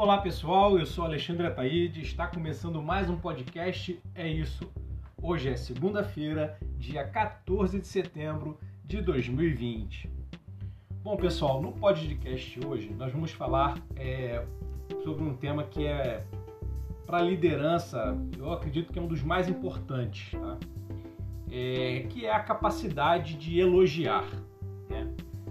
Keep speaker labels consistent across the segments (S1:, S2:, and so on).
S1: Olá pessoal, eu sou Alexandre Ataíde, está começando mais um podcast É Isso. Hoje é segunda-feira, dia 14 de setembro de 2020. Bom pessoal, no podcast hoje nós vamos falar sobre um tema que é para a liderança, eu acredito que é um dos mais importantes, tá? Que é a capacidade de elogiar, né?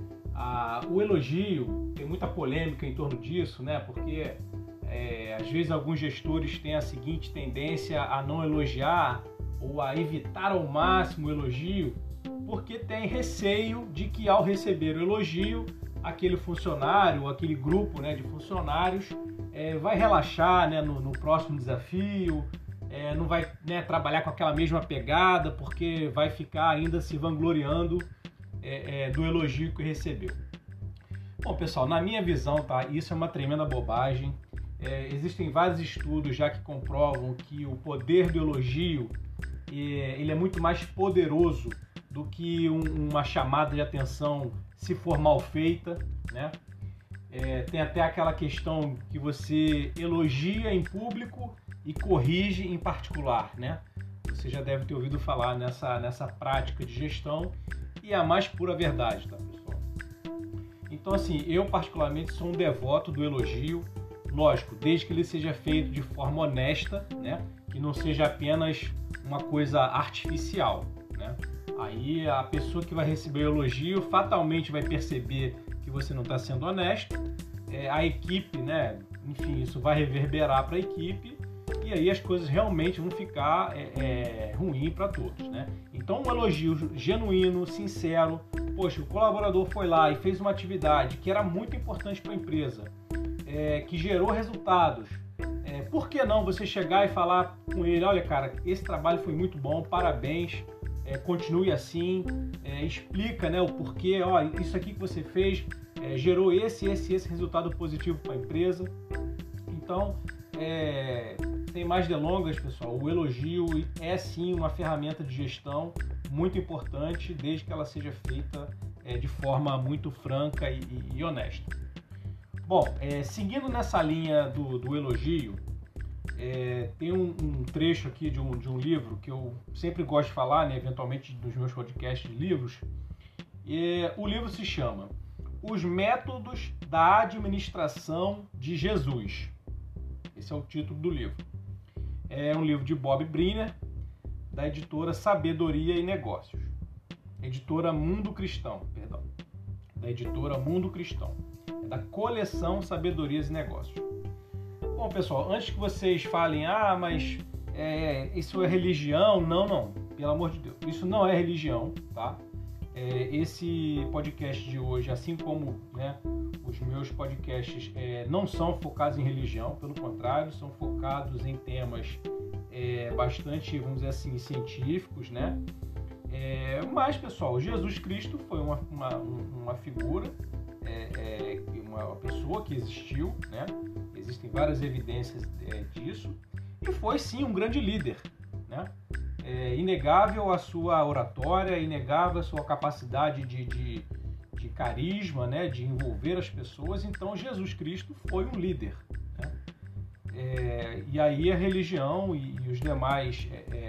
S1: O elogio, tem muita polêmica em torno disso, né? Porque às vezes alguns gestores têm a seguinte tendência a não elogiar ou a evitar ao máximo o elogio, porque tem receio de que ao receber o elogio, aquele funcionário, aquele grupo, né, de funcionários vai relaxar, né, no próximo desafio, não vai, né, trabalhar com aquela mesma pegada, porque vai ficar ainda se vangloriando do elogio que recebeu. Bom, pessoal, na minha visão, tá, isso é uma tremenda bobagem. Existem vários estudos já que comprovam que o poder do elogio ele é muito mais poderoso do que uma chamada de atenção se for mal feita, né? Tem até aquela questão que você elogia em público e corrige em particular, né? Você já deve ter ouvido falar nessa prática de gestão e é a mais pura verdade, tá, pessoal? Então, assim, eu particularmente sou um devoto do elogio, lógico, desde que ele seja feito de forma honesta, né? Que não seja apenas uma coisa artificial, né? Aí a pessoa que vai receber o elogio fatalmente vai perceber que você não está sendo honesto, a equipe, né? Enfim, isso vai reverberar para a equipe e aí as coisas realmente vão ficar ruim para todos, né? Então, um elogio genuíno, sincero, poxa, o colaborador foi lá e fez uma atividade que era muito importante para a empresa, que gerou resultados. Por que não você chegar e falar com ele, olha cara, esse trabalho foi muito bom, parabéns, continue assim, explica, né, o porquê, ó, isso aqui que você fez gerou esse resultado positivo para a empresa. Então, sem mais delongas, pessoal, o elogio é sim uma ferramenta de gestão muito importante, desde que ela seja feita de forma muito franca e honesta. Bom, seguindo nessa linha do elogio, tem um trecho aqui de um livro que eu sempre gosto de falar, né, eventualmente nos meus podcasts de livros. O livro se chama Os Métodos da Administração de Jesus. Esse é o título do livro. É um livro de Bob Briner, da editora Sabedoria e Negócios. Editora Mundo Cristão, perdão. Da editora Mundo Cristão. É da coleção Sabedorias e Negócios. Bom, pessoal, antes que vocês falem, mas isso é religião, não, pelo amor de Deus, isso não é religião, tá? Esse podcast de hoje, assim como, né, os meus podcasts não são focados em religião, pelo contrário, são focados em temas bastante, vamos dizer assim, científicos, né? Mas, pessoal, Jesus Cristo foi uma figura, uma pessoa que existiu, né? Existem várias evidências disso, e foi sim um grande líder, né? Inegável a sua oratória, inegável a sua capacidade de carisma, né? De envolver as pessoas. Então Jesus Cristo foi um líder, né? E aí a religião e as demais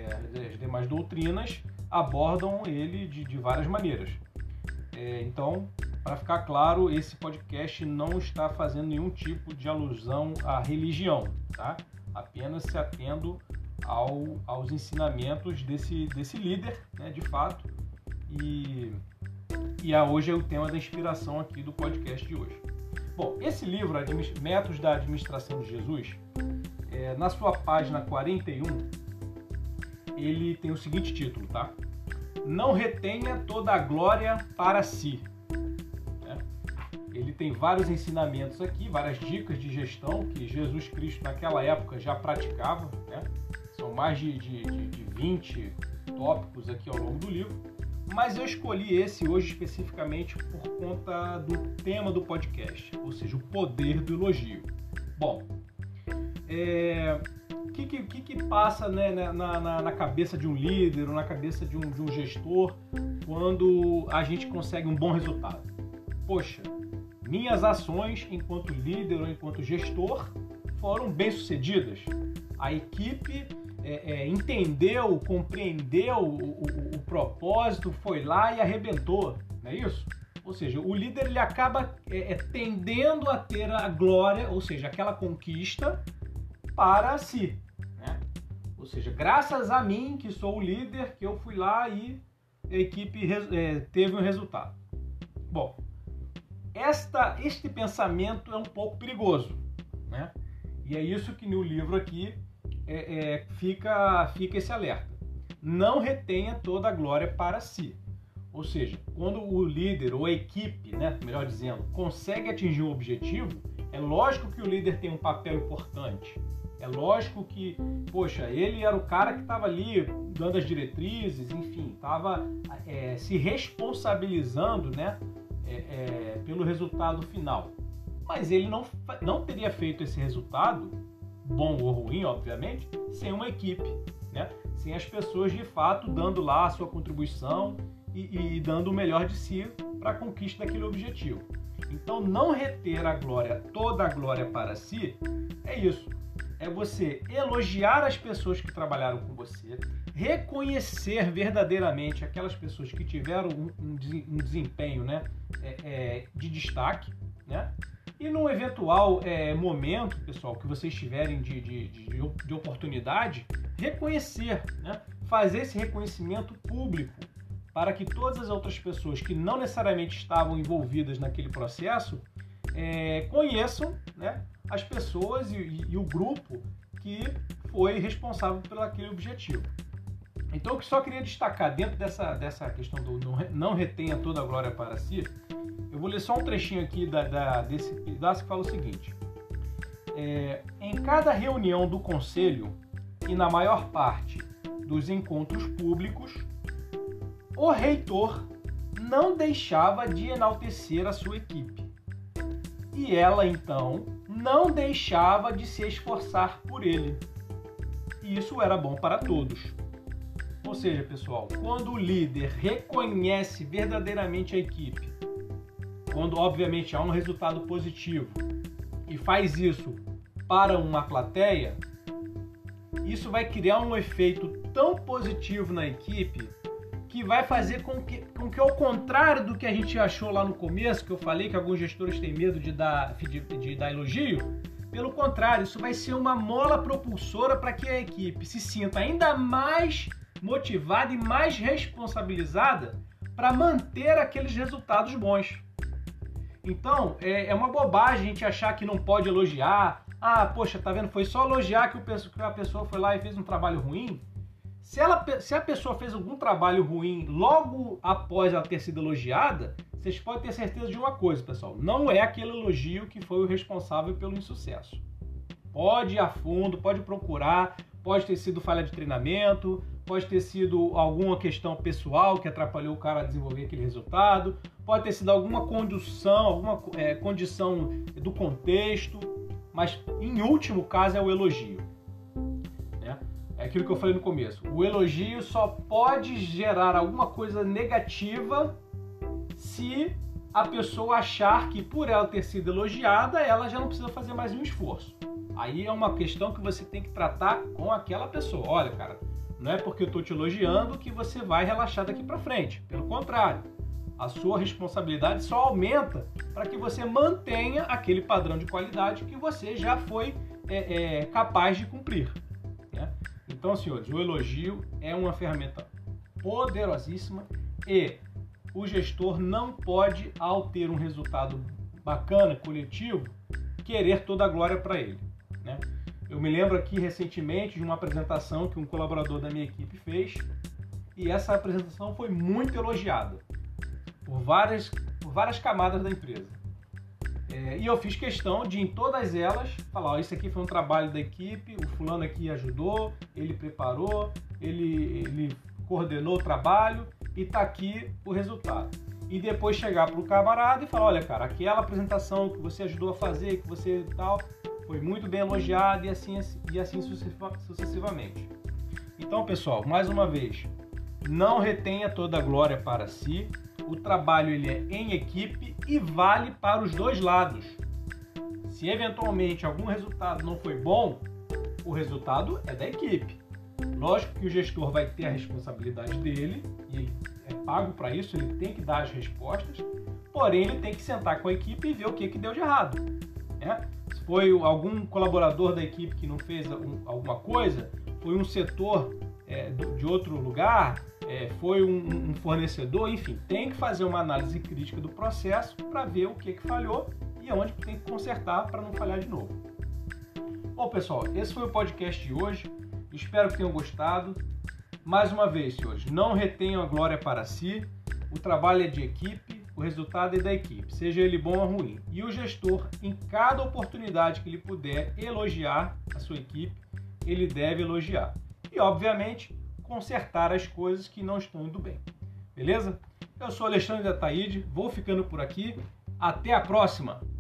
S1: doutrinas abordam ele de várias maneiras. Então, para ficar claro, esse podcast não está fazendo nenhum tipo de alusão à religião, tá? Apenas se atendo aos ensinamentos desse líder, né, de fato. E hoje é o tema da inspiração aqui do podcast de hoje. Bom, esse livro, Métodos da Administração de Jesus, na sua página 41, ele tem o seguinte título, tá? Não retenha toda a glória para si. Ele tem vários ensinamentos aqui, várias dicas de gestão que Jesus Cristo naquela época já praticava, né? São mais de 20 tópicos aqui ao longo do livro, mas eu escolhi esse hoje especificamente por conta do tema do podcast, ou seja, o poder do elogio. Bom, o que passa, né, na cabeça de um líder ou na cabeça de um gestor quando a gente consegue um bom resultado? Poxa, minhas ações enquanto líder ou enquanto gestor foram bem-sucedidas. A equipe entendeu, compreendeu o propósito, foi lá e arrebentou, não é isso? Ou seja, o líder ele acaba tendendo a ter a glória, ou seja, aquela conquista para si, né? Ou seja, graças a mim, que sou o líder, que eu fui lá e a equipe teve um resultado. Bom, este pensamento é um pouco perigoso, né? E é isso que no livro aqui fica esse alerta. Não retenha toda a glória para si. Ou seja, quando o líder ou a equipe, né, melhor dizendo, consegue atingir um objetivo, é lógico que o líder tem um papel importante. É lógico que, poxa, ele era o cara que estava ali dando as diretrizes, enfim, estava se responsabilizando, né, pelo resultado final. Mas ele não teria feito esse resultado, bom ou ruim, obviamente, sem uma equipe, né? Sem as pessoas de fato dando lá a sua contribuição e dando o melhor de si para a conquista daquele objetivo. Então, não reter a glória, toda a glória para si, é isso. É você elogiar as pessoas que trabalharam com você, reconhecer verdadeiramente aquelas pessoas que tiveram um desempenho, né, de destaque, né? E num eventual momento, pessoal, que vocês tiverem de oportunidade, reconhecer, né? Fazer esse reconhecimento público para que todas as outras pessoas que não necessariamente estavam envolvidas naquele processo conheçam, né, as pessoas e o grupo que foi responsável por aquele objetivo. Então, eu só queria destacar dentro dessa questão do não retenha toda a glória para si. Eu vou ler só um trechinho aqui desse pedaço que fala o seguinte: em cada reunião do conselho e na maior parte dos encontros públicos, o reitor não deixava de enaltecer a sua equipe. E ela, então, não deixava de se esforçar por ele. E isso era bom para todos. Ou seja, pessoal, quando o líder reconhece verdadeiramente a equipe, quando obviamente há um resultado positivo e faz isso para uma plateia, isso vai criar um efeito tão positivo na equipe que vai fazer com que ao contrário do que a gente achou lá no começo, que eu falei que alguns gestores têm medo de dar elogio, pelo contrário, isso vai ser uma mola propulsora para que a equipe se sinta ainda mais motivada e mais responsabilizada para manter aqueles resultados bons. Então, é uma bobagem a gente achar que não pode elogiar. Ah, poxa, tá vendo? Foi só elogiar que a pessoa foi lá e fez um trabalho ruim. Se a pessoa fez algum trabalho ruim logo após ela ter sido elogiada, vocês podem ter certeza de uma coisa, pessoal. Não é aquele elogio que foi o responsável pelo insucesso. Pode ir a fundo, pode procurar, pode ter sido falha de treinamento, pode ter sido alguma questão pessoal que atrapalhou o cara a desenvolver aquele resultado, pode ter sido alguma condição do contexto, mas em último caso é o elogio. É aquilo que eu falei no começo. O elogio só pode gerar alguma coisa negativa se a pessoa achar que por ela ter sido elogiada, ela já não precisa fazer mais um esforço. Aí é uma questão que você tem que tratar com aquela pessoa. Olha, cara, não é porque eu estou te elogiando que você vai relaxar daqui para frente. Pelo contrário, a sua responsabilidade só aumenta para que você mantenha aquele padrão de qualidade que você já foi capaz de cumprir, né? Então, senhores, o elogio é uma ferramenta poderosíssima e o gestor não pode, ao ter um resultado bacana, coletivo, querer toda a glória para ele, né? Eu me lembro aqui recentemente de uma apresentação que um colaborador da minha equipe fez e essa apresentação foi muito elogiada por várias camadas da empresa. E eu fiz questão de, em todas elas, falar: isso aqui foi um trabalho da equipe, o fulano aqui ajudou, ele preparou, ele coordenou o trabalho e está aqui o resultado. E depois chegar para o camarada e falar: olha, cara, aquela apresentação que você ajudou a fazer, que você tal, foi muito bem elogiada e assim sucessivamente. Então, pessoal, mais uma vez, não retenha toda a glória para si. O trabalho ele é em equipe e vale para os dois lados. Se eventualmente algum resultado não foi bom, o resultado é da equipe. Lógico que o gestor vai ter a responsabilidade dele, e ele é pago para isso, ele tem que dar as respostas, porém ele tem que sentar com a equipe e ver o que deu de errado. Né? Se foi algum colaborador da equipe que não fez alguma coisa, foi um setor de outro lugar, foi um fornecedor, enfim, tem que fazer uma análise crítica do processo para ver o que falhou e onde tem que consertar para não falhar de novo. Bom, pessoal, esse foi o podcast de hoje. Espero que tenham gostado. Mais uma vez, senhores, não retenham a glória para si. O trabalho é de equipe, o resultado é da equipe, seja ele bom ou ruim. E o gestor, em cada oportunidade que ele puder elogiar a sua equipe, ele deve elogiar. E, obviamente, consertar as coisas que não estão indo bem. Beleza? Eu sou Alexandre de Ataíde, vou ficando por aqui. Até a próxima!